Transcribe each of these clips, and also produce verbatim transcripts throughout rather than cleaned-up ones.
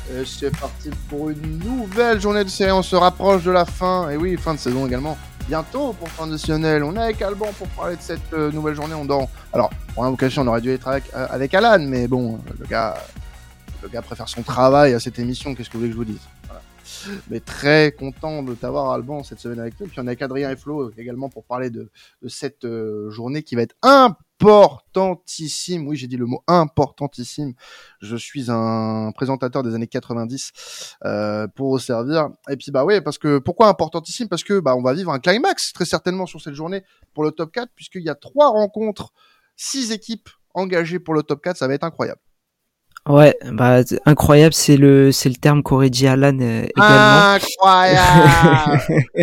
Et c'est parti pour une nouvelle journée de série. On se rapproche de la fin. Et oui, fin de saison également. Bientôt pour fin additionnel. On est avec Alban pour parler de cette euh, nouvelle journée. On dort. Alors, pour l'invocation, on aurait dû être avec, euh, avec Alan, mais bon, le gars, le gars préfère son travail à cette émission. Qu'est-ce que vous voulez que je vous dise? Voilà. Mais très content de t'avoir, Alban, cette semaine avec nous. Puis on est avec Adrien et Flo également pour parler de, de cette euh, journée qui va être importantissime. Oui, j'ai dit le mot importantissime. Je suis un présentateur des années quatre-vingt-dix euh, pour vous servir. Et puis bah oui, parce que pourquoi importantissime? Parce que bah on va vivre un climax très certainement sur cette journée pour le top quatre, puisqu'il y a trois rencontres, six équipes engagées pour le top quatre. Ça va être incroyable. Ouais, bah incroyable, c'est le c'est le terme qu'aurait dit Alan euh, également. Incroyable.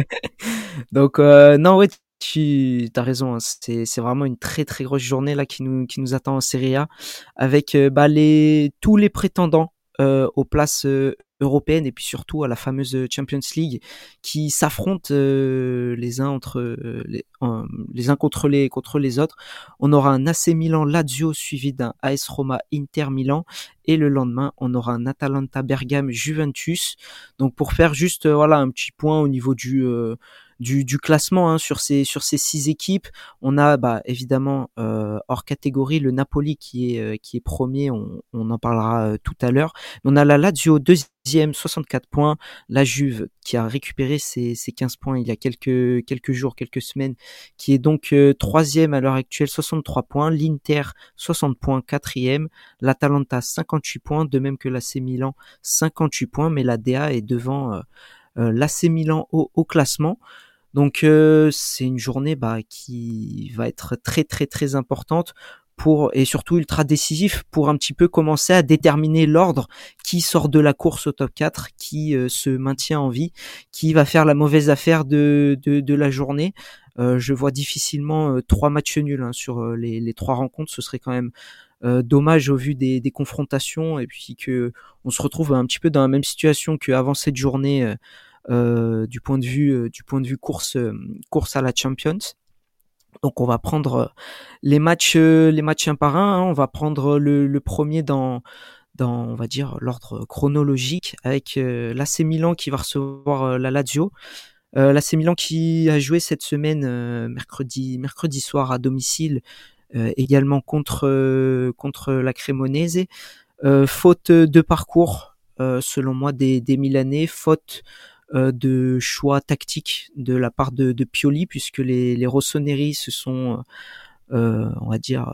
Donc euh, non ouais, tu as raison, hein, c'est c'est vraiment une très très grosse journée là qui nous qui nous attend en Serie A avec euh, bah les tous les prétendants euh, aux places euh, européennes et puis surtout à la fameuse Champions League qui s'affrontent euh, les uns entre euh, les euh, les uns contre les contre les autres. On aura un A C Milan Lazio suivi d'un A S Roma Inter Milan et le lendemain on aura un Atalanta Bergame Juventus. Donc pour faire juste euh, voilà un petit point au niveau du euh, du, du classement hein, sur ces sur ces six équipes, on a bah évidemment euh, hors catégorie le Napoli qui est euh, qui est premier, on, on en parlera euh, tout à l'heure. On a la Lazio deuxième, soixante-quatre points, la Juve qui a récupéré ses, ses quinze points il y a quelques quelques jours, quelques semaines, qui est donc euh, troisième à l'heure actuelle, soixante-trois points, l'Inter soixante points, quatrième, l'Atalanta cinquante-huit points, de même que l'A C Milan cinquante-huit points, mais la D A est devant euh, euh, l'A C Milan au, au classement. Donc euh, c'est une journée bah, qui va être très très très importante pour et surtout ultra décisif pour un petit peu commencer à déterminer l'ordre qui sort de la course au top quatre, qui euh, se maintient en vie, qui va faire la mauvaise affaire de de, de la journée. Euh, je vois difficilement euh, trois matchs nuls hein, sur euh, les, les trois rencontres. Ce serait quand même euh, dommage au vu des, des confrontations et puis que on se retrouve un petit peu dans la même situation qu'avant cette journée. Euh, Euh, du point de vue euh, du point de vue course euh, course à la Champions. Donc on va prendre euh, les matchs euh, les matchs un par un. Hein. On va prendre le, le premier dans dans on va dire l'ordre chronologique avec euh, l'A C Milan qui va recevoir euh, la Lazio. Euh, L'A C Milan qui a joué cette semaine euh, mercredi mercredi soir à domicile euh, également contre euh, contre la Cremonese. Euh, faute de parcours euh, selon moi des des Milanais, faute euh, de choix tactiques de la part de, de Pioli puisque les, les Rossoneri se sont euh, on va dire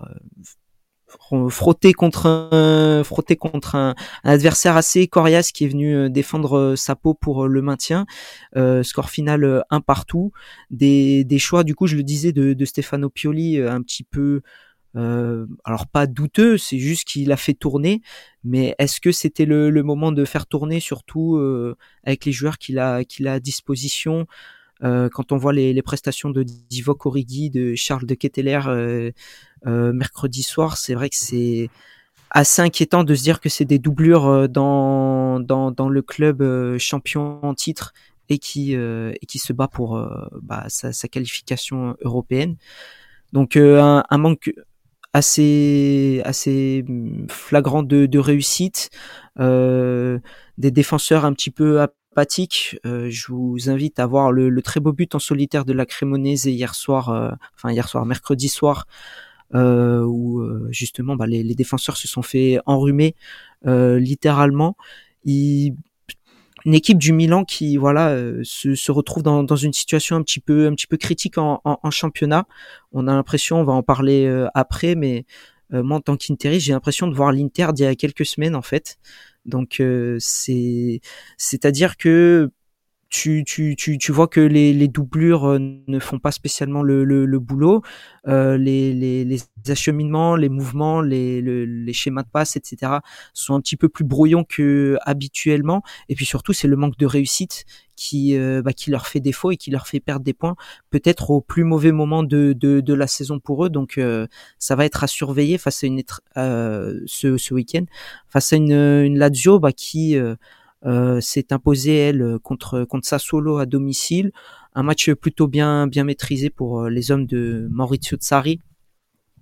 frottés contre un frottés contre un, un adversaire assez coriace qui est venu défendre sa peau pour le maintien. Euh, score final un partout, des, des choix du coup je le disais de, de Stefano Pioli un petit peu Euh, alors pas douteux, c'est juste qu'il a fait tourner, mais est-ce que c'était le, le moment de faire tourner, surtout euh, avec les joueurs qu'il a qu'il a à disposition euh, quand on voit les, les prestations de Divock Origi, de Charles de Ketteler euh, euh, mercredi soir, c'est vrai que c'est assez inquiétant de se dire que c'est des doublures euh, dans dans dans le club euh, champion en titre et qui euh, et qui se bat pour euh, bah, sa, sa qualification européenne. Donc euh, un, un manque assez assez flagrant de, de réussite, euh, des défenseurs un petit peu apathiques. Euh, je vous invite à voir le, le très beau but en solitaire de la Cremonese hier soir, euh, enfin hier soir, mercredi soir, euh, où euh, justement bah, les, les défenseurs se sont fait enrhumer euh, littéralement. Ils une équipe du Milan qui voilà euh, se, se retrouve dans, dans une situation un petit peu un petit peu critique en, en, en championnat. On a l'impression, on va en parler euh, après, mais euh, moi en tant qu'Interiste, j'ai l'impression de voir l'Inter d'il y a quelques semaines en fait. Donc euh, c'est c'est-à-dire que tu, tu, tu, tu vois que les, les doublures euh, ne font pas spécialement le, le, le boulot, euh, les, les, les acheminements, les mouvements, les, le, les schémas de passe, et cetera sont un petit peu plus brouillons que habituellement. Et puis surtout, c'est le manque de réussite qui, euh, bah, qui leur fait défaut et qui leur fait perdre des points, peut-être au plus mauvais moment de, de, de la saison pour eux. Donc euh, ça va être à surveiller face à une euh, ce, ce week-end, face à une, une Lazio bah, qui euh, Euh, s'est imposée elle contre contre Sassuolo à domicile, un match plutôt bien bien maîtrisé pour les hommes de Maurizio Sarri.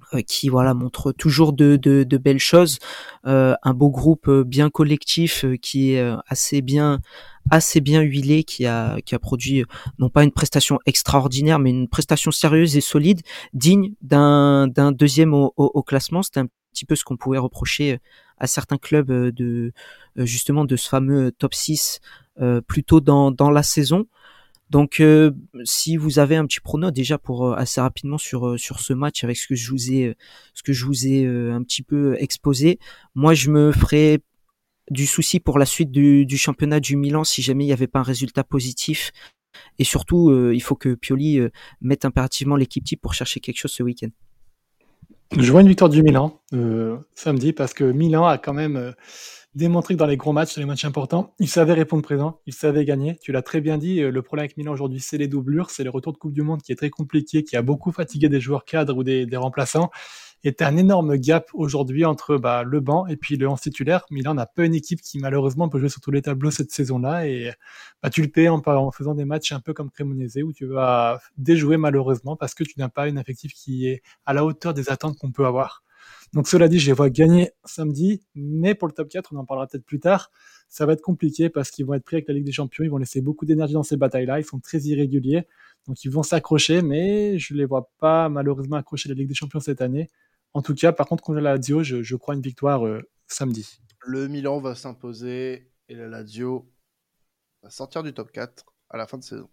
euh, qui voilà montre toujours de, de, de belles choses, euh, un beau groupe euh, bien collectif euh, qui est euh, assez bien assez bien huilé, qui a qui a produit euh, non pas une prestation extraordinaire mais une prestation sérieuse et solide, digne d'un d'un deuxième au, au, au classement. C'était un petit peu ce qu'on pouvait reprocher à certains clubs euh, de euh, justement de ce fameux top six euh, plus tôt dans dans la saison. Donc, euh, si vous avez un petit prono déjà pour euh, assez rapidement sur euh, sur ce match avec ce que je vous ai ce que je vous ai euh, un petit peu exposé, moi je me ferais du souci pour la suite du, du championnat du Milan si jamais il n'y avait pas un résultat positif. Et surtout, euh, il faut que Pioli euh, mette impérativement l'équipe type pour chercher quelque chose ce week-end. Je vois une victoire du Milan euh, samedi parce que Milan a quand même euh, démontré que dans les gros matchs, dans les matchs importants, il savait répondre présent, il savait gagner. Tu l'as très bien dit, euh, le problème avec Milan aujourd'hui, c'est les doublures, c'est le retour de Coupe du Monde qui est très compliqué, qui a beaucoup fatigué des joueurs cadres ou des, des remplaçants. Et t'as un énorme gap aujourd'hui entre bah, le banc et puis le onze titulaire. Milan n'a pas une équipe qui malheureusement peut jouer sur tous les tableaux cette saison-là et bah, tu le payes en, en faisant des matchs un peu comme Cremonese où tu vas déjouer malheureusement parce que tu n'as pas une effectif qui est à la hauteur des attentes qu'on peut avoir. Donc cela dit, je les vois gagner samedi, mais pour le top quatre, on en parlera peut-être plus tard, ça va être compliqué parce qu'ils vont être pris avec la Ligue des Champions, ils vont laisser beaucoup d'énergie dans ces batailles-là, ils sont très irréguliers, donc ils vont s'accrocher, mais je les vois pas malheureusement accrocher la Ligue des Champions cette année. En tout cas, par contre, contre la Lazio, je, je crois une victoire euh, samedi. Le Milan va s'imposer et la Lazio va sortir du top quatre à la fin de saison.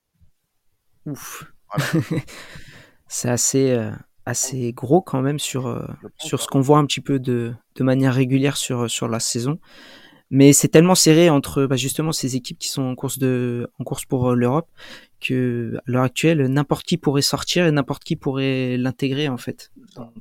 Ouf. Voilà. C'est assez... Euh... assez gros quand même sur euh, sur ce qu'on voit un petit peu de de manière régulière sur sur la saison, mais c'est tellement serré entre bah, justement ces équipes qui sont en course de en course pour euh, l'Europe que à l'heure actuelle n'importe qui pourrait sortir et n'importe qui pourrait l'intégrer en fait. Donc...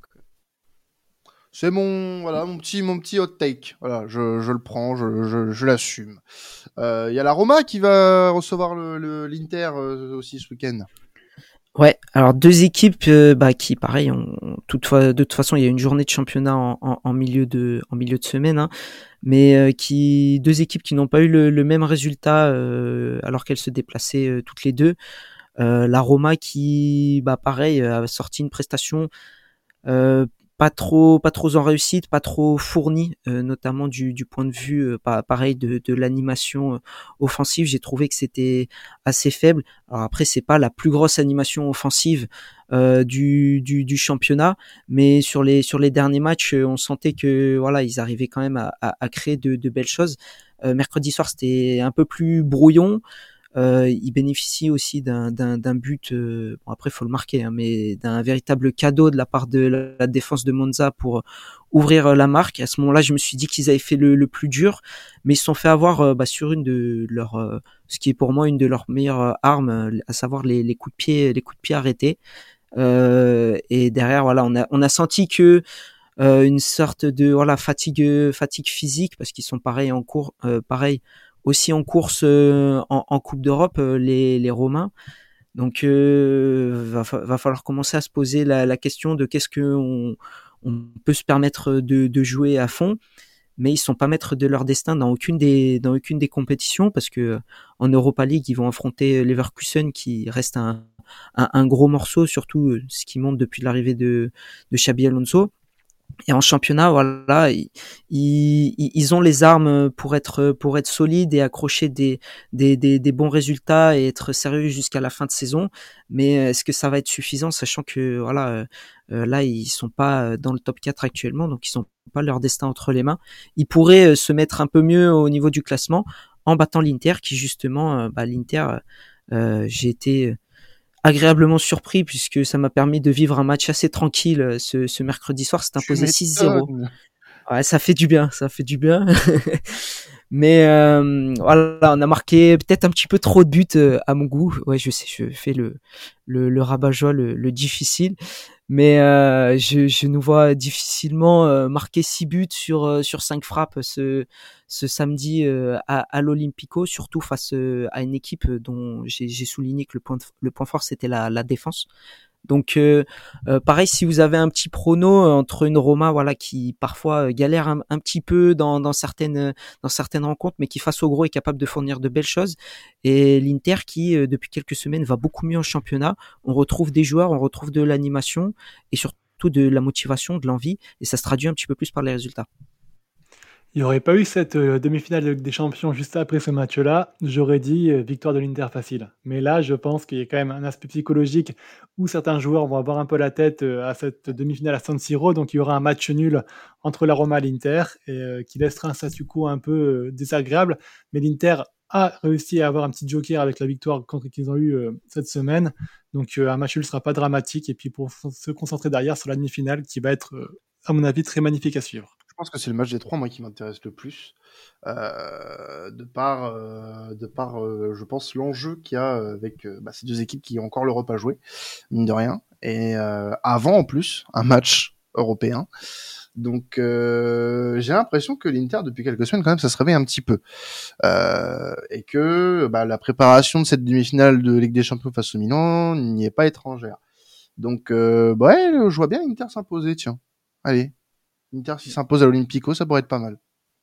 c'est mon voilà mon petit mon petit hot take, voilà, je je le prends, je je, je l'assume. Il euh, y a la Roma qui va recevoir le, le l'Inter euh, aussi ce week-end. Ouais, alors deux équipes euh, bah, qui, pareil, ont, toutefois, de toute façon, il y a une journée de championnat en, en, en milieu de en milieu de semaine, hein, mais euh, qui deux équipes qui n'ont pas eu le, le même résultat euh, alors qu'elles se déplaçaient euh, toutes les deux. Euh, la Roma qui, bah, pareil, a sorti une prestation euh, pas trop pas trop en réussite, pas trop fournie, euh, notamment du du point de vue euh, pareil de de l'animation offensive. J'ai trouvé que c'était assez faible. Alors après c'est pas la plus grosse animation offensive euh, du du du championnat, mais sur les sur les derniers matchs, on sentait que voilà, ils arrivaient quand même à à, à créer de de belles choses. Euh, mercredi soir, c'était un peu plus brouillon. Euh, il bénéficie aussi d'un, d'un, d'un but, euh, bon après faut le marquer, hein, mais d'un véritable cadeau de la part de la, la défense de Monza pour ouvrir la marque. À ce moment-là, je me suis dit qu'ils avaient fait le, le plus dur, mais ils se sont fait avoir euh, bah, sur une de leurs, euh, ce qui est pour moi une de leurs meilleures armes, à savoir les, les coups de pied, les coups de pied arrêtés. Euh, et derrière, voilà, on a, on a senti que euh, une sorte de voilà fatigue, fatigue physique parce qu'ils sont pareils en cours, euh, pareil. aussi en course euh, en, en Coupe d'Europe, euh, les, les Romains. Donc, euh, va, va falloir commencer à se poser la, la question de qu'est-ce qu'on on peut se permettre de, de jouer à fond. Mais ils sont pas maîtres de leur destin dans aucune des dans aucune des compétitions parce que en Europa League ils vont affronter Leverkusen qui reste un un, un gros morceau, surtout ce qui monte depuis l'arrivée de de Xabi Alonso. Et en championnat, voilà, ils, ils, ils ont les armes pour être pour être solides et accrocher des, des des des bons résultats et être sérieux jusqu'à la fin de saison. Mais est-ce que ça va être suffisant, sachant que voilà, euh, là ils sont pas dans le top quatre actuellement, donc ils ont pas leur destin entre les mains. Ils pourraient se mettre un peu mieux au niveau du classement en battant l'Inter, qui justement, bah, l'Inter, euh, j'ai été agréablement surpris puisque ça m'a permis de vivre un match assez tranquille ce, ce mercredi soir. C'est imposé six zéro. Ouais, ça fait du bien, ça fait du bien. Mais euh, voilà, on a marqué peut-être un petit peu trop de buts euh, à mon goût. Ouais, je sais, je fais le le, le rabat-joie, le, le difficile. Mais euh, je, je nous vois difficilement euh, marquer six buts sur euh, sur cinq frappes ce ce samedi euh, à, à l'Olympico, surtout face euh, à une équipe dont j'ai, j'ai souligné que le point de, le point fort c'était la, la défense. Donc euh, euh, pareil, si vous avez un petit prono entre une Roma voilà qui parfois galère un, un petit peu dans, dans certaines dans certaines rencontres, mais qui face au gros est capable de fournir de belles choses, et l'Inter qui euh, depuis quelques semaines va beaucoup mieux en championnat. On retrouve des joueurs, on retrouve de l'animation et surtout surtout de la motivation, de l'envie, et ça se traduit un petit peu plus par les résultats. Il n'y aurait pas eu cette euh, demi-finale de Ligue des Champions juste après ce match-là, j'aurais dit euh, victoire de l'Inter facile. Mais là, je pense qu'il y a quand même un aspect psychologique où certains joueurs vont avoir un peu la tête euh, à cette demi-finale à San Siro, donc il y aura un match nul entre la Roma et l'Inter, et, euh, qui laissera un statu quo un peu euh, désagréable. Mais l'Inter a réussi à avoir un petit joker avec la victoire contre qu'ils ont eu euh, cette semaine, donc euh, un match nul ne sera pas dramatique, et puis pour se concentrer derrière sur la demi-finale qui va être, euh, à mon avis, très magnifique à suivre. Je pense que c'est le match des trois, moi, qui m'intéresse le plus, euh, de par, euh, de par, euh, je pense, l'enjeu qu'il y a avec euh, bah, ces deux équipes qui ont encore l'Europe à jouer, mine de rien, et euh, avant, en plus, un match européen. Donc, euh, j'ai l'impression que l'Inter, depuis quelques semaines, quand même, ça se réveille un petit peu, euh, et que bah, la préparation de cette demi-finale de Ligue des Champions face au Milan n'y est pas étrangère. Donc, euh, bah ouais, je vois bien l'Inter s'imposer, tiens. Allez. Inter, s'il s'impose à l'Olympico, ça pourrait être pas mal.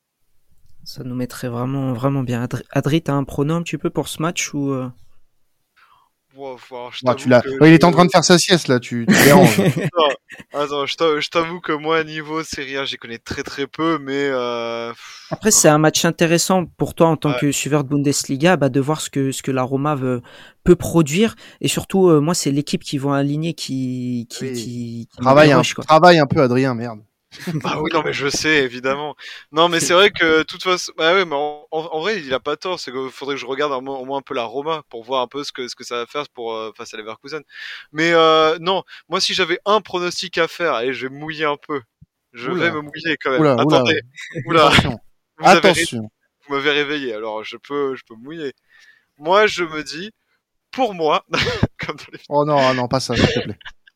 Ça nous mettrait vraiment, vraiment bien. Adri, Adri t'as un pronom un petit peu pour ce match ou euh... Wow, wow, je ouais, tu l'as... Ouais, il est en train de faire sa sieste là, tu, tu déranges. Attends, je t'avoue que moi, niveau Serie A, j'y connais très très peu, mais... Euh... Après, c'est un match intéressant pour toi en tant ouais. que suiveur de Bundesliga, bah, de voir ce que, ce que la Roma veut, peut produire. Et surtout, euh, moi, c'est l'équipe qui vont aligner qui, qui, oui. qui, qui travaille, un, travaille un peu, Adrien, merde. Ah oui, non, mais je sais, évidemment. Non, mais c'est vrai que, de toute façon, bah ouais, mais en, en, en vrai, il a pas tort. C'est qu'il faudrait que je regarde au moins, au moins un peu la Roma pour voir un peu ce que, ce que ça va faire pour, euh, face à Leverkusen. Mais, euh, non, moi, si j'avais un pronostic à faire, allez, je vais mouiller un peu. Je oula. vais me mouiller quand même. Oula, Attendez. Oula. Attention. Vous Attention. Avez, vous m'avez réveillé, alors je peux, je peux mouiller. Moi, je me dis, pour moi, comme dans les... Oh non, non, pas ça, s'il te plaît.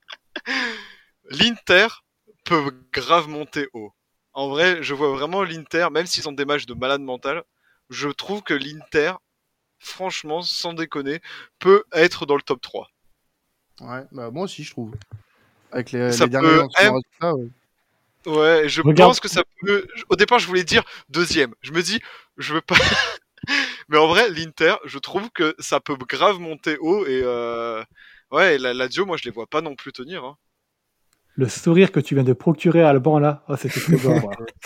L'Inter peut grave monter haut. En vrai, je vois vraiment l'Inter, même s'ils ont des matchs de malade mental, je trouve que l'Inter, franchement, sans déconner, peut être dans le top trois. Ouais, bah moi aussi, je trouve. Avec les, les derniers même... résultats, ouais. Ouais, je Regarde. pense que ça peut... Au départ, je voulais dire deuxième. Je me dis, je veux pas... Mais en vrai, l'Inter, je trouve que ça peut grave monter haut et... Euh... Ouais, la Lazio, moi, je les vois pas non plus tenir, hein. Le sourire que tu viens de procurer à Alban là, oh, c'était très beau.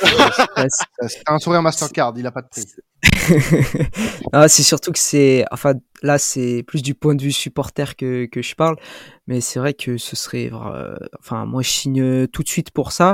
C'est un sourire Mastercard, il a pas de prix. Ah, c'est surtout que c'est, enfin, là, c'est plus du point de vue supporter que que je parle, mais c'est vrai que ce serait, euh, enfin, moi, je signe tout de suite pour ça.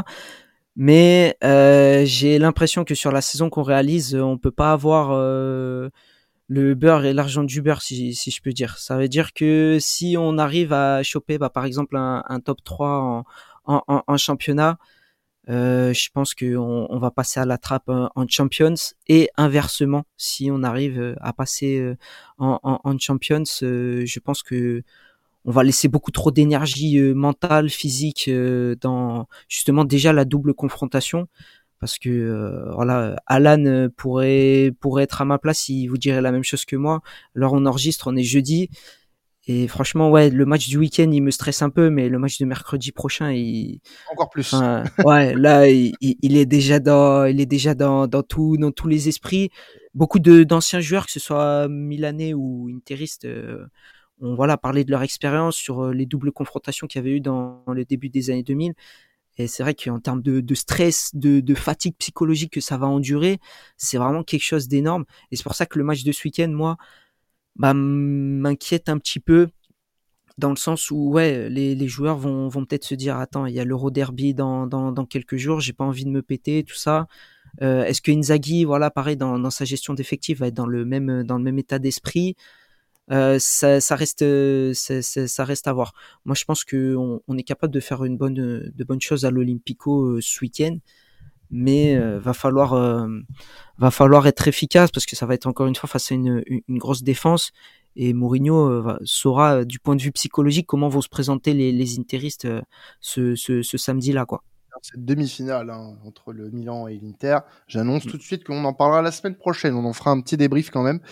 Mais euh, j'ai l'impression que sur la saison qu'on réalise, on peut pas avoir euh, le beurre et l'argent du beurre, si, si je peux dire. Ça veut dire que si on arrive à choper, bah, par exemple, un, un top trois en, en, en, en championnat, euh, je pense qu'on on va passer à la trappe en, en Champions, et inversement, si on arrive à passer en, en, en Champions, euh, je pense que on va laisser beaucoup trop d'énergie euh, mentale, physique euh, dans justement déjà la double confrontation, parce que euh, voilà, Alan pourrait pourrait être à ma place, il vous dirait la même chose que moi. Alors on enregistre, on est jeudi, et franchement ouais, le match du week-end il me stresse un peu, mais le match de mercredi prochain, il encore plus. Enfin, ouais, là il, il est déjà dans il est déjà dans dans tout dans tous les esprits. Beaucoup de d'anciens joueurs, que ce soit milanais ou interistes, euh, on voilà parlé de leur expérience sur les doubles confrontations qu'il y avait eu dans le début des années deux mille, et c'est vrai qu'en termes de, de stress, de, de fatigue psychologique que ça va endurer, c'est vraiment quelque chose d'énorme. Et c'est pour ça que le match de ce week-end, moi, bah, m'inquiète un petit peu, dans le sens où ouais, les, les joueurs vont, vont peut-être se dire, attends, il y a l'Euro Derby dans, dans, dans quelques jours, j'ai pas envie de me péter, tout ça. Euh, est-ce que Inzaghi, voilà, pareil, dans, dans sa gestion d'effectifs, va être dans le même, dans le même état d'esprit? Euh, ça, ça reste, ça, ça, ça reste à voir. Moi, je pense que on, on est capable de faire une bonne, de bonnes choses à l'Olympico euh, ce week-end, mais euh, va falloir, euh, va falloir être efficace, parce que ça va être encore une fois face à une, une, une grosse défense, et Mourinho euh, va, saura du point de vue psychologique comment vont se présenter les, les interistes euh, ce, ce, ce samedi-là, quoi. Cette demi-finale hein, entre le Milan et l'Inter, j'annonce mmh. tout de suite qu'on en parlera la semaine prochaine. On en fera un petit débrief quand même.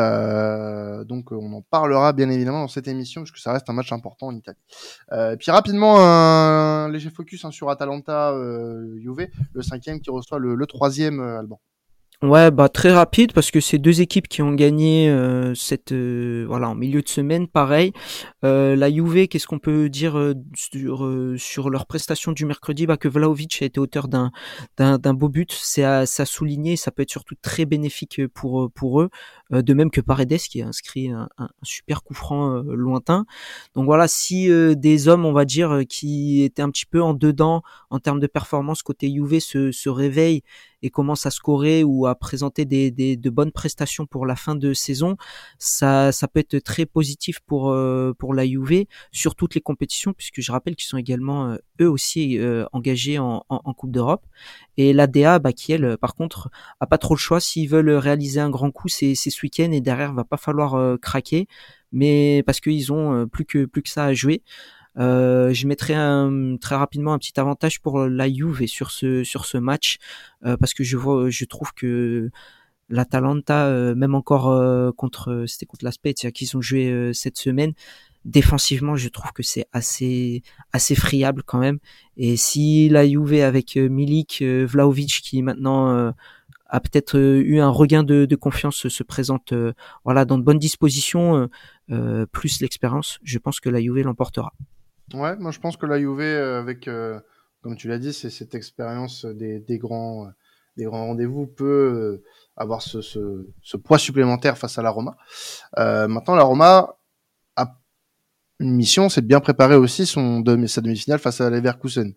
Euh, donc on en parlera bien évidemment dans cette émission, parce que ça reste un match important en Italie. Euh, puis rapidement, un léger focus hein, sur Atalanta euh, Juve, le cinquième qui reçoit le, le troisième euh, Alban. Ouais, bah très rapide parce que c'est deux équipes qui ont gagné euh, cette euh, voilà en milieu de semaine, pareil. Euh, la Juve, qu'est-ce qu'on peut dire euh, sur euh, sur leur prestation du mercredi? Bah que Vlahovic a été auteur d'un d'un d'un beau but, c'est à, c'est à souligner, ça peut être surtout très bénéfique pour pour eux. Euh, de même que Paredes qui a inscrit un, un, un super coup franc euh, lointain. Donc voilà, si euh, des hommes, on va dire, euh, qui étaient un petit peu en dedans en termes de performance côté Juve se se réveillent et commence à scorer ou à présenter des, des de bonnes prestations pour la fin de saison, ça ça peut être très positif pour euh, pour la Juve sur toutes les compétitions, puisque je rappelle qu'ils sont également euh, eux aussi euh, engagés en, en, en Coupe d'Europe. Et l'A D A, bah, qui elle, par contre, a pas trop le choix. S'ils veulent réaliser un grand coup, c'est, c'est ce week-end, et derrière va pas falloir euh, craquer, mais parce qu'ils ont euh, plus que plus que ça à jouer. Euh, je mettrai un, très rapidement un petit avantage pour la Juve sur ce sur ce match euh, parce que je vois, je trouve que l'Atalanta, euh, même encore euh, contre, c'était contre la Spezia qu'ils ont joué euh, cette semaine, défensivement, je trouve que c'est assez assez friable quand même. Et si la Juve avec euh, Milik, euh, Vlahovic qui maintenant euh, a peut-être euh, eu un regain de, de confiance, se présente euh, voilà dans de bonnes dispositions, euh, euh, plus l'expérience, je pense que la Juve l'emportera. Ouais, moi je pense que la Juve, euh, avec, euh, comme tu l'as dit, c'est cette expérience des, des grands, euh, des grands rendez-vous, peut euh, avoir ce, ce, ce poids supplémentaire face à la Roma. Euh, maintenant, la Roma a une mission, c'est de bien préparer aussi son demi, sa demi-finale face à Leverkusen.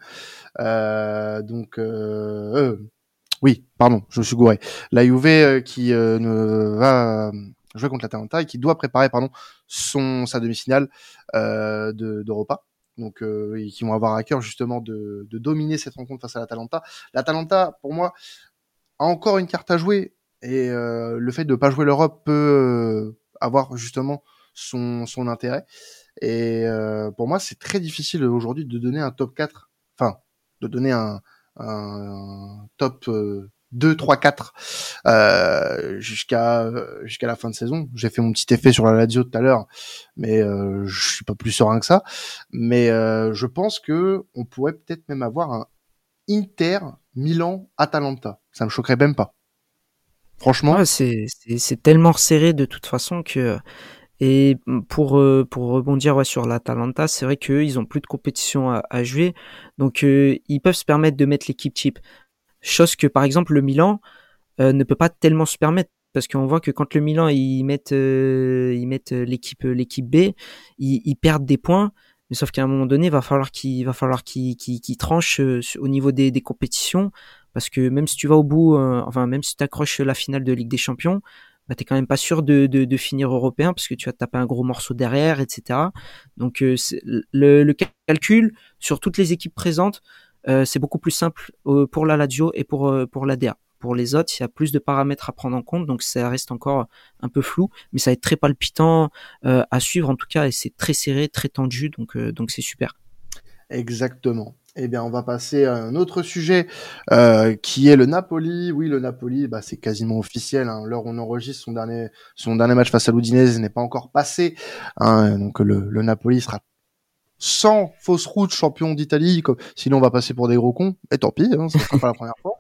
Euh, donc, euh, euh, oui, pardon, je me suis gouré. La Juve euh, qui euh, ne va jouer contre l'Atalanta et qui doit préparer, pardon, son sa demi-finale euh, de d'Europa. Donc, euh, qui vont avoir à cœur justement de, de dominer cette rencontre face à l'Atalanta. L'Atalanta, pour moi, a encore une carte à jouer, et euh, le fait de ne pas jouer l'Europe peut euh, avoir justement son, son intérêt. Et euh, pour moi, c'est très difficile aujourd'hui de donner un top quatre, enfin, de donner un, un top euh, deux, trois, quatre euh, jusqu'à jusqu'à la fin de saison. J'ai fait mon petit effet sur la Lazio tout à l'heure, mais euh, je suis pas plus serein que ça. Mais euh, je pense que on pourrait peut-être même avoir un Inter, Milan, Atalanta. Ça me choquerait même pas. Franchement. Ouais, c'est, c'est, c'est tellement serré de toute façon que, et pour, euh, pour rebondir ouais, sur l'Atalanta, c'est vrai qu'eux, ils ont plus de compétition à, à jouer. Donc, euh, ils peuvent se permettre de mettre l'équipe type. Chose que, par exemple, le Milan euh, ne peut pas tellement se permettre. Parce qu'on voit que quand le Milan, ils mettent, euh, ils mettent l'équipe, l'équipe B, ils, ils perdent des points. Mais sauf qu'à un moment donné, il va falloir qu'il va falloir qu'il, qu'il, qu'il tranche euh, au niveau des, des compétitions, parce que même si tu vas au bout, euh, enfin même si tu accroches la finale de Ligue des Champions, bah t'es quand même pas sûr de, de, de finir européen parce que tu vas te taper un gros morceau derrière, et cetera. Donc euh, c'est- le, le calcul sur toutes les équipes présentes, euh, c'est beaucoup plus simple euh, pour la Lazio et pour euh, pour l'A D A. Pour les autres, il y a plus de paramètres à prendre en compte, donc ça reste encore un peu flou, mais ça va être très palpitant euh, à suivre en tout cas, et c'est très serré, très tendu, donc euh, donc c'est super. Exactement. Eh bien, on va passer à un autre sujet euh, qui est le Napoli. Oui, le Napoli, bah, c'est quasiment officiel. Hein. L'heure où on enregistre son dernier, son dernier match face à l'Udinese n'est pas encore passé. Hein. Donc le, le Napoli sera sans fausse route champion d'Italie. Comme... Sinon, on va passer pour des gros cons. Et tant pis, hein, ça sera pas la première fois.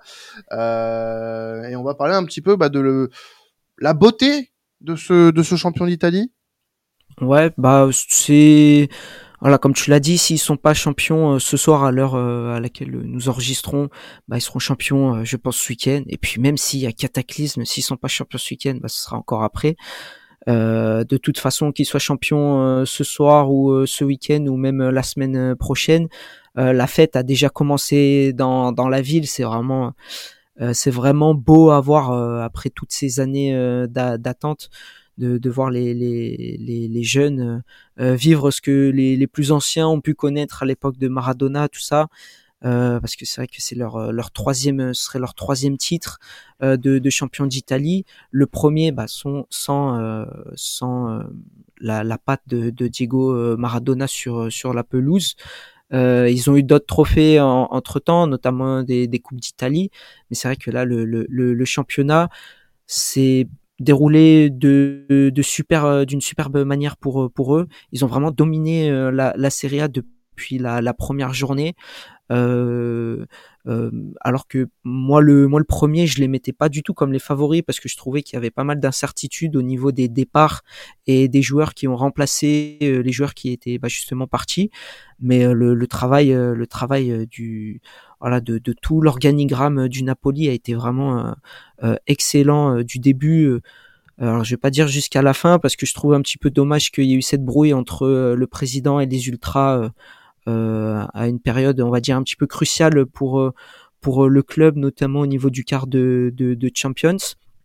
Euh, et on va parler un petit peu bah, de le, la beauté de ce, de ce champion d'Italie. Ouais, bah c'est voilà, comme tu l'as dit, s'ils sont pas champions euh, ce soir à l'heure euh, à laquelle nous enregistrons, bah ils seront champions, euh, je pense, ce week-end. Et puis même s'il y a cataclysme, s'ils sont pas champions ce week-end, bah ce sera encore après. Euh, de toute façon, qu'ils soient champions euh, ce soir ou euh, ce week-end ou même euh, la semaine euh, prochaine, euh, la fête a déjà commencé dans dans la ville. C'est vraiment euh, c'est vraiment beau à voir euh, après toutes ces années euh, d'a- d'attente. De, de voir les, les, les, les jeunes euh, vivre ce que les, les plus anciens ont pu connaître à l'époque de Maradona, tout ça, euh, parce que c'est vrai que c'est leur leur troisième, ce serait leur troisième titre euh, de, de champion d'Italie. Le premier, bah, sont, sans euh, sans euh, la, la patte de, de Diego Maradona sur sur la pelouse. Euh, ils ont eu d'autres trophées en, entre temps, notamment des, des coupes d'Italie, mais c'est vrai que là le le, le, le championnat c'est déroulé de, de super, d'une superbe manière pour pour eux. Ils ont vraiment dominé la, la Serie A depuis la, la première journée. Euh, euh, alors que moi le moi le premier, je les mettais pas du tout comme les favoris parce que je trouvais qu'il y avait pas mal d'incertitudes au niveau des départs et des joueurs qui ont remplacé euh, les joueurs qui étaient bah, justement partis. Mais euh, le, le travail euh, le travail euh, du voilà de, de tout l'organigramme du Napoli a été vraiment euh, euh, excellent euh, du début. Euh, alors je vais pas dire jusqu'à la fin parce que je trouve un petit peu dommage qu'il y ait eu cette brouille entre euh, le président et les ultras euh, euh, à une période, on va dire, un petit peu cruciale pour euh, pour le club, notamment au niveau du quart de, de, de Champions.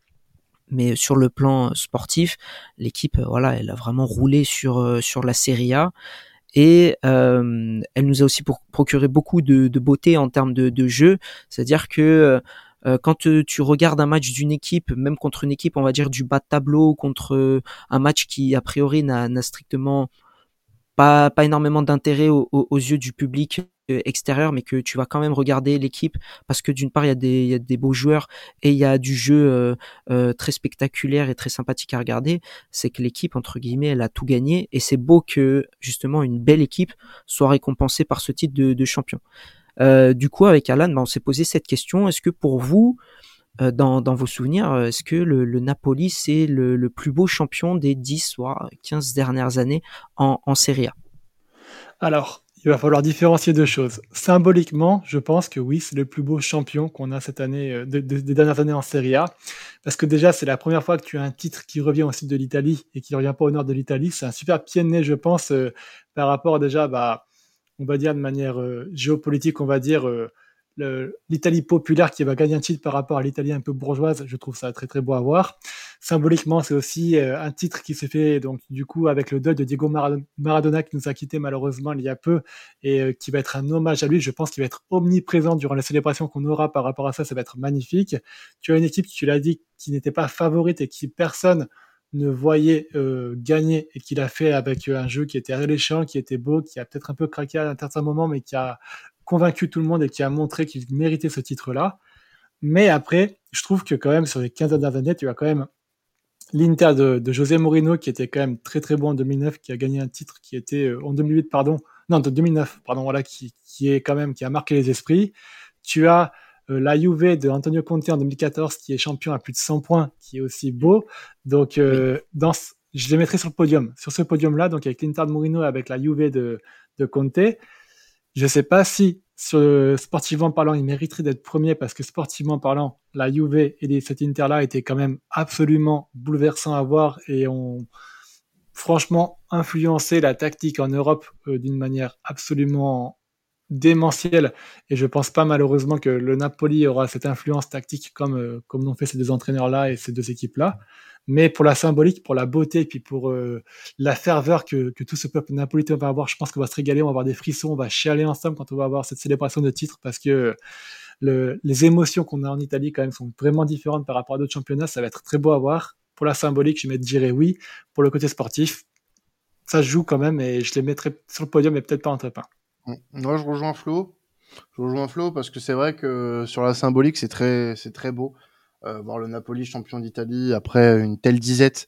Mais sur le plan sportif, l'équipe, voilà, elle a vraiment roulé sur sur la Serie A et euh, elle nous a aussi pour, procuré beaucoup de, de beauté en termes de, de jeu. C'est-à-dire que euh, quand tu regardes un match d'une équipe, même contre une équipe, on va dire du bas de tableau, contre un match qui a priori n'a, n'a strictement pas pas énormément d'intérêt aux, aux, aux yeux du public extérieur, mais que tu vas quand même regarder l'équipe parce que d'une part il y a des il y a des beaux joueurs et il y a du jeu euh, euh, très spectaculaire et très sympathique à regarder. C'est que l'équipe entre guillemets elle a tout gagné et c'est beau que justement une belle équipe soit récompensée par ce titre de, de champion. Euh, du coup avec Alan, bah, on s'est posé cette question: est-ce que pour vous euh, dans, dans vos souvenirs, est-ce que le, le Napoli c'est le, le plus beau champion des dix voire quinze dernières années en, en Serie A? Alors, il va falloir différencier deux choses. Symboliquement, je pense que oui, c'est le plus beau champion qu'on a cette année, euh, de- de- des dernières années en Serie A. Parce que déjà, c'est la première fois que tu as un titre qui revient au sud de l'Italie et qui ne revient pas au nord de l'Italie. C'est un super pied de nez, je pense, euh, par rapport déjà, bah, on va dire de manière euh, géopolitique, on va dire euh, le- l'Italie populaire qui va gagner un titre par rapport à l'Italie un peu bourgeoise. Je trouve ça très très beau à voir. Symboliquement, c'est aussi euh, un titre qui se fait donc du coup avec le deuil de Diego Maradona, Maradona qui nous a quitté malheureusement il y a peu et euh, qui va être un hommage à lui. Je pense qu'il va être omniprésent durant les célébrations qu'on aura par rapport à ça. Ça va être magnifique. Tu as une équipe, tu l'as dit, qui n'était pas favorite et qui personne ne voyait euh, gagner et qu'il a fait avec euh, un jeu qui était alléchant, qui était beau, qui a peut-être un peu craqué à un certain moment, mais qui a convaincu tout le monde et qui a montré qu'il méritait ce titre-là. Mais après, je trouve que quand même sur les quinze dernières années, tu as quand même l'Inter de, de José Mourinho qui était quand même très très bon en deux mille neuf, qui a gagné un titre qui était euh, en deux mille huit, pardon, non de deux mille neuf, pardon, voilà, qui, qui est quand même qui a marqué les esprits. Tu as euh, la Juve de Antonio Conte en deux mille quatorze qui est champion à plus de cent points, qui est aussi beau. Donc euh, oui. dans ce, je les mettrai sur le podium, sur ce podium-là, donc avec l'Inter de Mourinho, avec la Juve de, de Conte. Je sais pas si sur, sportivement parlant, il mériterait d'être premier parce que sportivement parlant, la Juve et cet Inter-là étaient quand même absolument bouleversants à voir et ont franchement influencé la tactique en Europe euh, d'une manière absolument démentielle. Et je pense pas malheureusement que le Napoli aura cette influence tactique comme, euh, comme l'ont fait ces deux entraîneurs-là et ces deux équipes-là. Mais pour la symbolique, pour la beauté, et puis pour euh, la ferveur que, que tout ce peuple napolitain va avoir, je pense qu'on va se régaler, on va avoir des frissons, on va chialer ensemble quand on va avoir cette célébration de titre parce que le, les émotions qu'on a en Italie quand même sont vraiment différentes par rapport à d'autres championnats. Ça va être très beau à voir. Pour la symbolique, je vais mettre dirais oui. Pour le côté sportif, ça se joue quand même et je les mettrai sur le podium mais peut-être pas en top un. Moi, je rejoins Flo. Je rejoins Flo parce que c'est vrai que sur la symbolique, c'est très, c'est très beau. Euh, voir le Napoli champion d'Italie après une telle disette,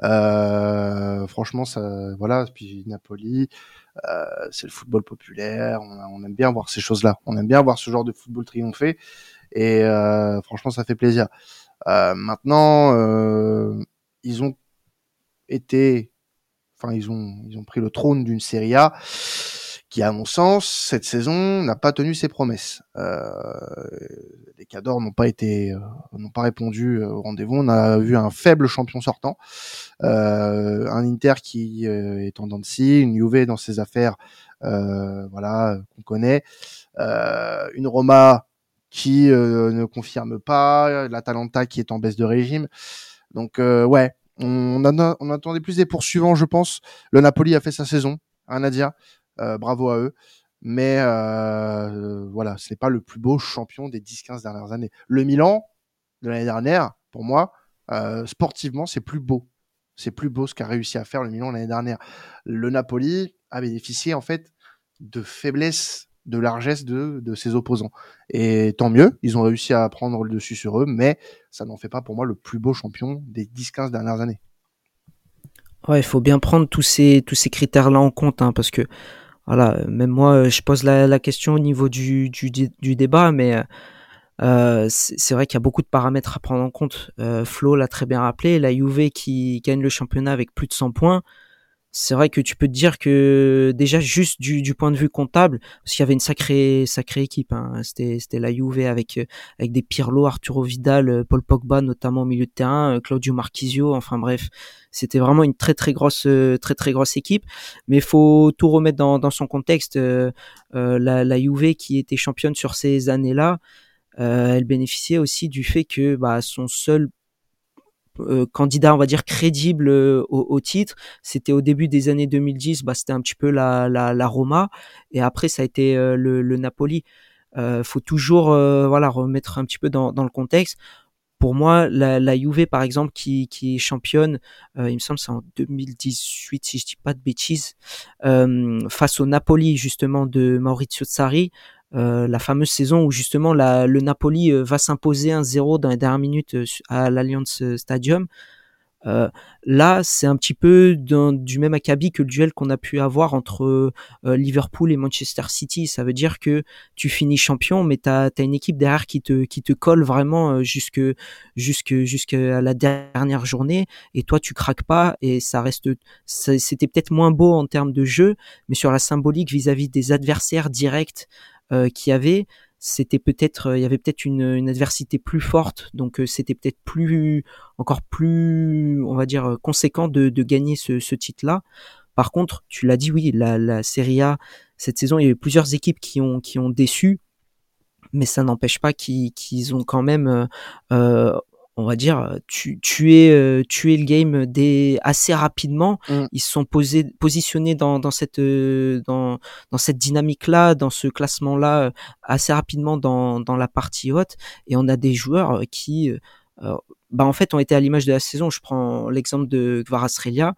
euh, franchement, ça, voilà. Puis Napoli, euh, c'est le football populaire. On, on aime bien voir ces choses-là. On aime bien voir ce genre de football triompher. Et euh, franchement, ça fait plaisir. Euh, maintenant, euh, ils ont été, enfin, ils ont, ils ont pris le trône d'une Serie A qui, à mon sens, cette saison, n'a pas tenu ses promesses. Euh, les Cadors n'ont pas été, euh, n'ont pas répondu au rendez-vous. On a vu un faible champion sortant, euh, un Inter qui euh, est en dents de scie, une Juve dans ses affaires, euh, voilà, qu'on connaît, euh, une Roma qui euh, ne confirme pas, l'Atalanta qui est en baisse de régime. Donc euh, ouais, on, a, on attendait plus des poursuivants, je pense. Le Napoli a fait sa saison, rien à dire. Euh, bravo à eux. Mais euh, voilà, c'est pas le plus beau champion des dix quinze dernières années. Le Milan, de l'année dernière, pour moi, euh, sportivement, c'est plus beau. C'est plus beau ce qu'a réussi à faire le Milan l'année dernière. Le Napoli a bénéficié, en fait, de faiblesse, de largesse de, de ses opposants. Et tant mieux, ils ont réussi à prendre le dessus sur eux, mais ça n'en fait pas pour moi le plus beau champion des dix quinze dernières années. Ouais, il faut bien prendre tous ces, tous ces critères-là en compte, hein, parce que Voilà, même moi, je pose la, la question au niveau du, du, du débat, mais euh, c'est, c'est vrai qu'il y a beaucoup de paramètres à prendre en compte. Euh, Flo l'a très bien rappelé, la Juve qui gagne le championnat avec plus de cent points. C'est vrai que tu peux te dire que déjà juste du, du point de vue comptable, parce qu'il y avait une sacrée sacrée équipe, hein. C'était c'était la Juve avec avec des Pirlo, Arturo Vidal, Paul Pogba notamment au milieu de terrain, Claudio Marchisio. Enfin bref, c'était vraiment une très très grosse très très grosse équipe. Mais il faut tout remettre dans dans son contexte. Euh, euh, la la Juve qui était championne sur ces années-là, euh, elle bénéficiait aussi du fait que bah son seul Euh, candidat, on va dire, crédible euh, au, au titre. C'était au début des années deux mille dix, bah, c'était un petit peu la, la, la Roma, et après ça a été euh, le, le Napoli. Euh, faut toujours euh, voilà remettre un petit peu dans, dans le contexte. Pour moi, la, la Juve, par exemple, qui, qui est championne, euh, il me semble c'est en deux mille dix-huit, si je dis pas de bêtises, euh, face au Napoli, justement, de Maurizio Sarri, euh, la fameuse saison où, justement, la, le Napoli euh, va s'imposer un zéro dans les dernières minutes euh, à l'Allianz Stadium. Euh, là, c'est un petit peu d'un, du même acabit que le duel qu'on a pu avoir entre euh, Liverpool et Manchester City. Ça veut dire que tu finis champion, mais t'as as une équipe derrière qui te qui te colle vraiment euh, jusque jusque jusqu'à la dernière journée. Et toi, tu craques pas et ça reste. Ça, c'était peut-être moins beau en termes de jeu, mais sur la symbolique vis-à-vis des adversaires directs euh, qu'il y avait, c'était peut-être, il y avait peut-être une, une adversité plus forte, donc euh, c'était peut-être plus, encore plus, on va dire, conséquent de, de gagner ce, ce titre-là. Par contre, tu l'as dit, oui, la, la Serie A cette saison, il y a eu plusieurs équipes qui ont qui ont déçu, mais ça n'empêche pas qu'ils, qu'ils ont quand même, euh, on va dire, tu, tué, euh, tué le game des, assez rapidement. Mm. Ils se sont posés, positionnés dans, dans cette, euh, dans, dans cette dynamique-là, dans ce classement-là, euh, assez rapidement dans, dans la partie haute. Et on a des joueurs qui, euh, bah en fait, ont été à l'image de la saison. Je prends l'exemple de Kvaratskhelia.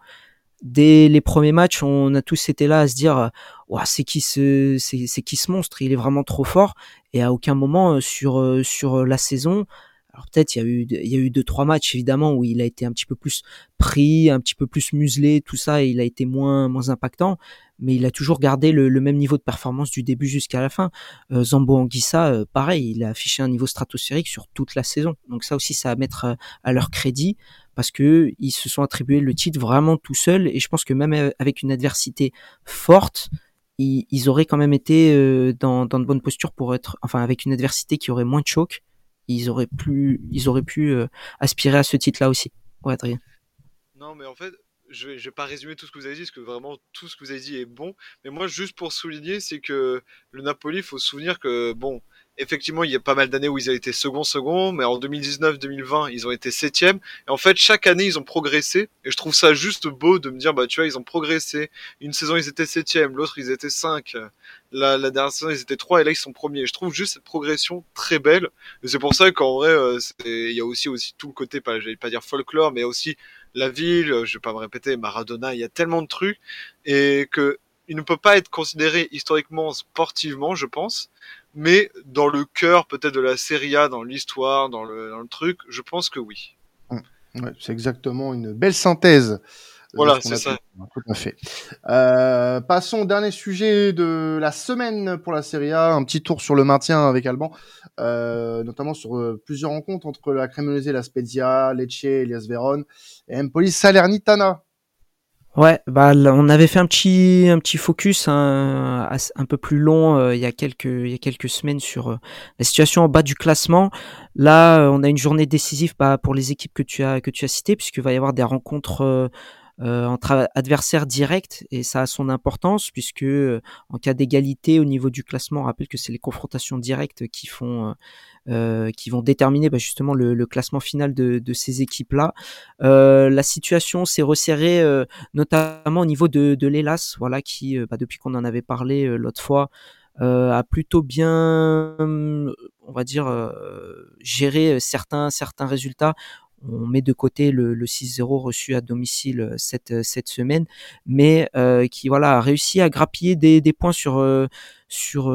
Dès les premiers matchs, on a tous été là à se dire ouah, c'est qui ce c'est, c'est qui ce monstre, il est vraiment trop fort. Et à aucun moment sur sur la saison, alors peut-être il y a eu il y a eu deux trois matchs évidemment où il a été un petit peu plus pris, un petit peu plus muselé, tout ça, et il a été moins moins impactant, mais il a toujours gardé le, le même niveau de performance du début jusqu'à la fin. Euh, Zambo Anguissa, euh, pareil, il a affiché un niveau stratosphérique sur toute la saison. Donc ça aussi, ça à mettre à leur crédit, parce que ils se sont attribués le titre vraiment tout seuls, et je pense que même avec une adversité forte, ils, ils auraient quand même été euh, dans, dans de bonnes postures pour être, enfin avec une adversité qui aurait moins de choc, ils auraient pu, ils auraient pu euh, aspirer à ce titre-là aussi. Ouais, Adrien. Non, mais en fait, je vais, je vais pas résumer tout ce que vous avez dit, parce que vraiment tout ce que vous avez dit est bon. Mais moi, juste pour souligner, c'est que le Napoli, il faut se souvenir que, bon, effectivement, il y a pas mal d'années où ils ont été second, second, mais en deux mille dix-neuf, deux mille vingt, ils ont été septième. Et en fait, chaque année, ils ont progressé. Et je trouve ça juste beau de me dire, bah, tu vois, ils ont progressé. Une saison, ils étaient septième, l'autre, ils étaient cinq. La, la dernière saison, ils étaient trois, et là, ils sont premiers. Je trouve juste cette progression très belle. Et c'est pour ça qu'en vrai, euh, c'est- il y a aussi, aussi tout le côté, pas, j'allais pas dire folklore, mais aussi la ville, je vais pas me répéter, Maradona, il y a tellement de trucs, et que il ne peut pas être considéré historiquement, sportivement, je pense, mais dans le cœur peut-être de la Serie A, dans l'histoire, dans le, dans le truc, je pense que oui. Ouais, c'est exactement une belle synthèse de Voilà, ce qu'on c'est a ça. pu- tout à fait. Euh, passons au dernier sujet de la semaine pour la Serie A, un petit tour sur le maintien avec Alban, euh, notamment sur euh, plusieurs rencontres entre la Cremonese et la Spezia, Lecce, Elias Vérone et Empoli Salernitana. Ouais, bah là, on avait fait un petit un petit focus un, un peu plus long euh, il y a quelques il y a quelques semaines sur euh, la situation en bas du classement. Là, euh, on a une journée décisive bah, pour les équipes que tu as que tu as citées, puisqu'il va y avoir des rencontres euh, euh, entre adversaires directs, et ça a son importance puisque euh, en cas d'égalité au niveau du classement, on rappelle que c'est les confrontations directes qui font euh, euh, qui vont déterminer bah, justement le, le classement final de, de ces équipes-là. Euh, la situation s'est resserrée euh, notamment au niveau de, de l'Hélas, voilà, qui, euh, bah, depuis qu'on en avait parlé euh, l'autre fois, euh, a plutôt bien, euh, on va dire, euh, géré certains, certains résultats. On met de côté le, le six zéro reçu à domicile cette, cette semaine, mais euh, qui voilà a réussi à grappiller des, des points sur, euh, sur,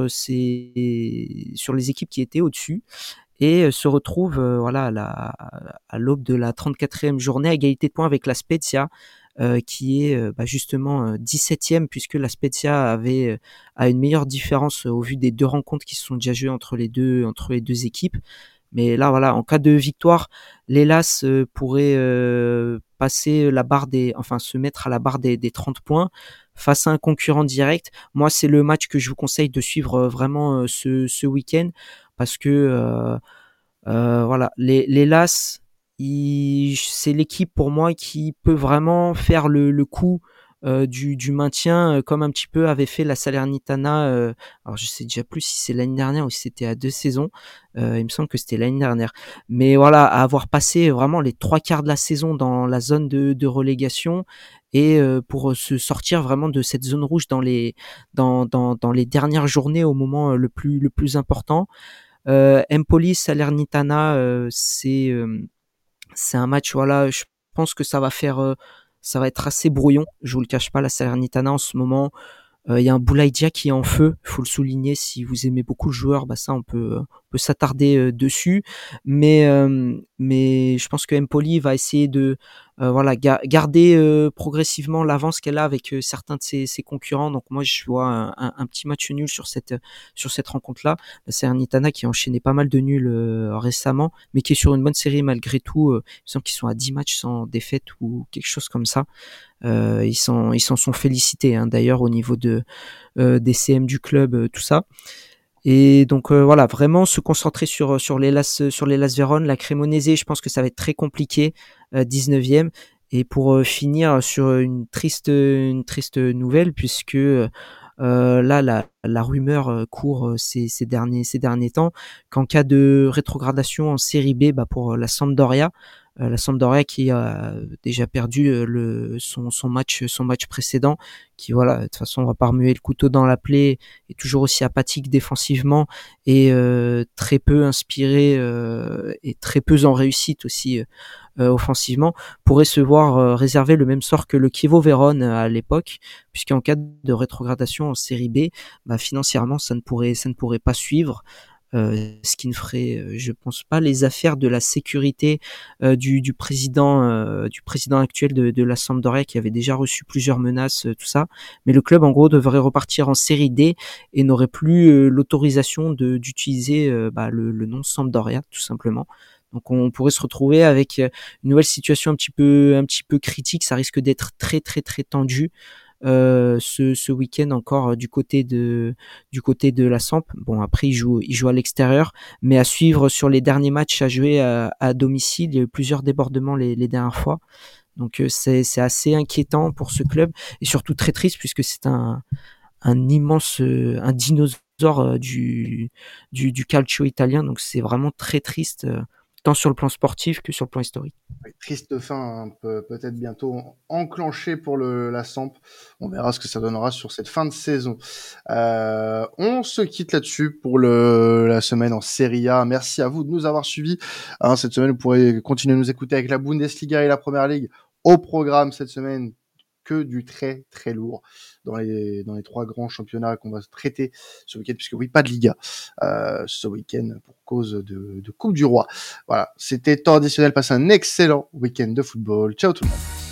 ces, sur les équipes qui étaient au-dessus, et se retrouve euh, voilà à, la, à l'aube de la trente-quatrième journée à égalité de points avec la Spezia, euh, qui est euh, bah, justement euh, dix-septième, puisque la Spezia avait euh, a une meilleure différence euh, au vu des deux rencontres qui se sont déjà jouées entre les deux entre les deux équipes. Mais là, voilà, en cas de victoire, l'Hellas euh, pourrait euh, passer la barre des, enfin, se mettre à la barre des, des trente points face à un concurrent direct. Moi, c'est le match que je vous conseille de suivre euh, vraiment euh, ce, ce week-end parce que, euh, euh, voilà, les, l'Hellas, il- c'est l'équipe pour moi qui peut vraiment faire le, le coup euh, du, du maintien, euh, comme un petit peu avait fait la Salernitana. Euh, alors je sais déjà plus si c'est l'année dernière ou si c'était à deux saisons. Euh, il me semble que c'était l'année dernière. Mais voilà, à avoir passé vraiment les trois quarts de la saison dans la zone de, de relégation et euh, pour se sortir vraiment de cette zone rouge dans les dans dans, dans les dernières journées au moment euh, le plus le plus important. Euh, Empoli Salernitana, euh, c'est euh, c'est un match, voilà, je pense que ça va faire euh, ça va être assez brouillon, je vous le cache pas. La Salernitana en ce moment, il euh, y a un Boulaïdia qui est en feu, il faut le souligner. Si vous aimez beaucoup le joueur, bah ça on peut, on peut s'attarder euh, dessus. Mais euh, mais je pense que Empoli va essayer de euh, voilà ga- garder euh, progressivement l'avance qu'elle a avec euh, certains de ses, ses concurrents. Donc moi je vois un, un, un petit match nul sur cette sur cette rencontre-là. La Salernitana qui a enchaîné pas mal de nuls euh, récemment, mais qui est sur une bonne série malgré tout. Euh, il me semble qu'ils sont à dix matchs sans défaite ou quelque chose comme ça. Euh, ils s'en ils s'en sont félicités hein, d'ailleurs au niveau de euh, des C M du club, euh, tout ça. Et donc euh, voilà, vraiment se concentrer sur sur les Las sur les Las Vérone, la Cremonese, je pense que ça va être très compliqué, euh, dix-neuvième. Et pour euh, finir sur une triste une triste nouvelle, puisque euh, là la la rumeur euh, court euh, ces ces derniers ces derniers temps qu'en cas de rétrogradation en série B, bah pour la Sampdoria, euh, la Sampdoria qui a déjà perdu euh, le son son match son match précédent, qui voilà, de toute façon on va pas remuer le couteau dans la plaie, est toujours aussi apathique défensivement et euh, très peu inspiré euh, et très peu en réussite aussi euh, offensivement, pourrait se voir euh, réserver le même sort que le Chievo Vérone à l'époque, puisqu'en cas de rétrogradation en série B, bah, financièrement ça ne pourrait ça ne pourrait pas suivre. Euh, ce qui ne ferait, euh, je pense pas, les affaires de la sécurité euh, du, du président, euh, du président actuel de, de la Sampdoria, qui avait déjà reçu plusieurs menaces, euh, tout ça. Mais le club, en gros, devrait repartir en série D et n'aurait plus euh, l'autorisation de d'utiliser euh, bah, le, le nom Sampdoria, tout simplement. Donc on pourrait se retrouver avec une nouvelle situation un petit peu, un petit peu critique. Ça risque d'être très très très tendu. Euh, ce, ce week-end encore euh, du côté de du côté de la Samp. Bon après il joue il joue à l'extérieur, mais à suivre sur les derniers matchs à jouer à, à domicile, il y a eu plusieurs débordements les, les dernières fois. Donc euh, c'est c'est assez inquiétant pour ce club et surtout très triste puisque c'est un un immense euh, un dinosaure euh, du du du calcio italien. Donc c'est vraiment très triste euh, tant sur le plan sportif que sur le plan historique. Oui, triste fin, hein, peut, peut-être bientôt enclenché pour le, la Samp. On verra ce que ça donnera sur cette fin de saison. Euh, on se quitte là-dessus pour le, la semaine en Serie A. Merci à vous de nous avoir suivis. Hein, cette semaine, vous pourrez continuer à nous écouter avec la Bundesliga et la Première Ligue au programme cette semaine. Que du très très lourd dans les dans les trois grands championnats qu'on va traiter ce week-end, puisque oui, pas de Liga euh, ce week-end pour cause de, de Coupe du Roi. Voilà, c'était temps additionnel. Passez un excellent week-end de football. Ciao tout le monde.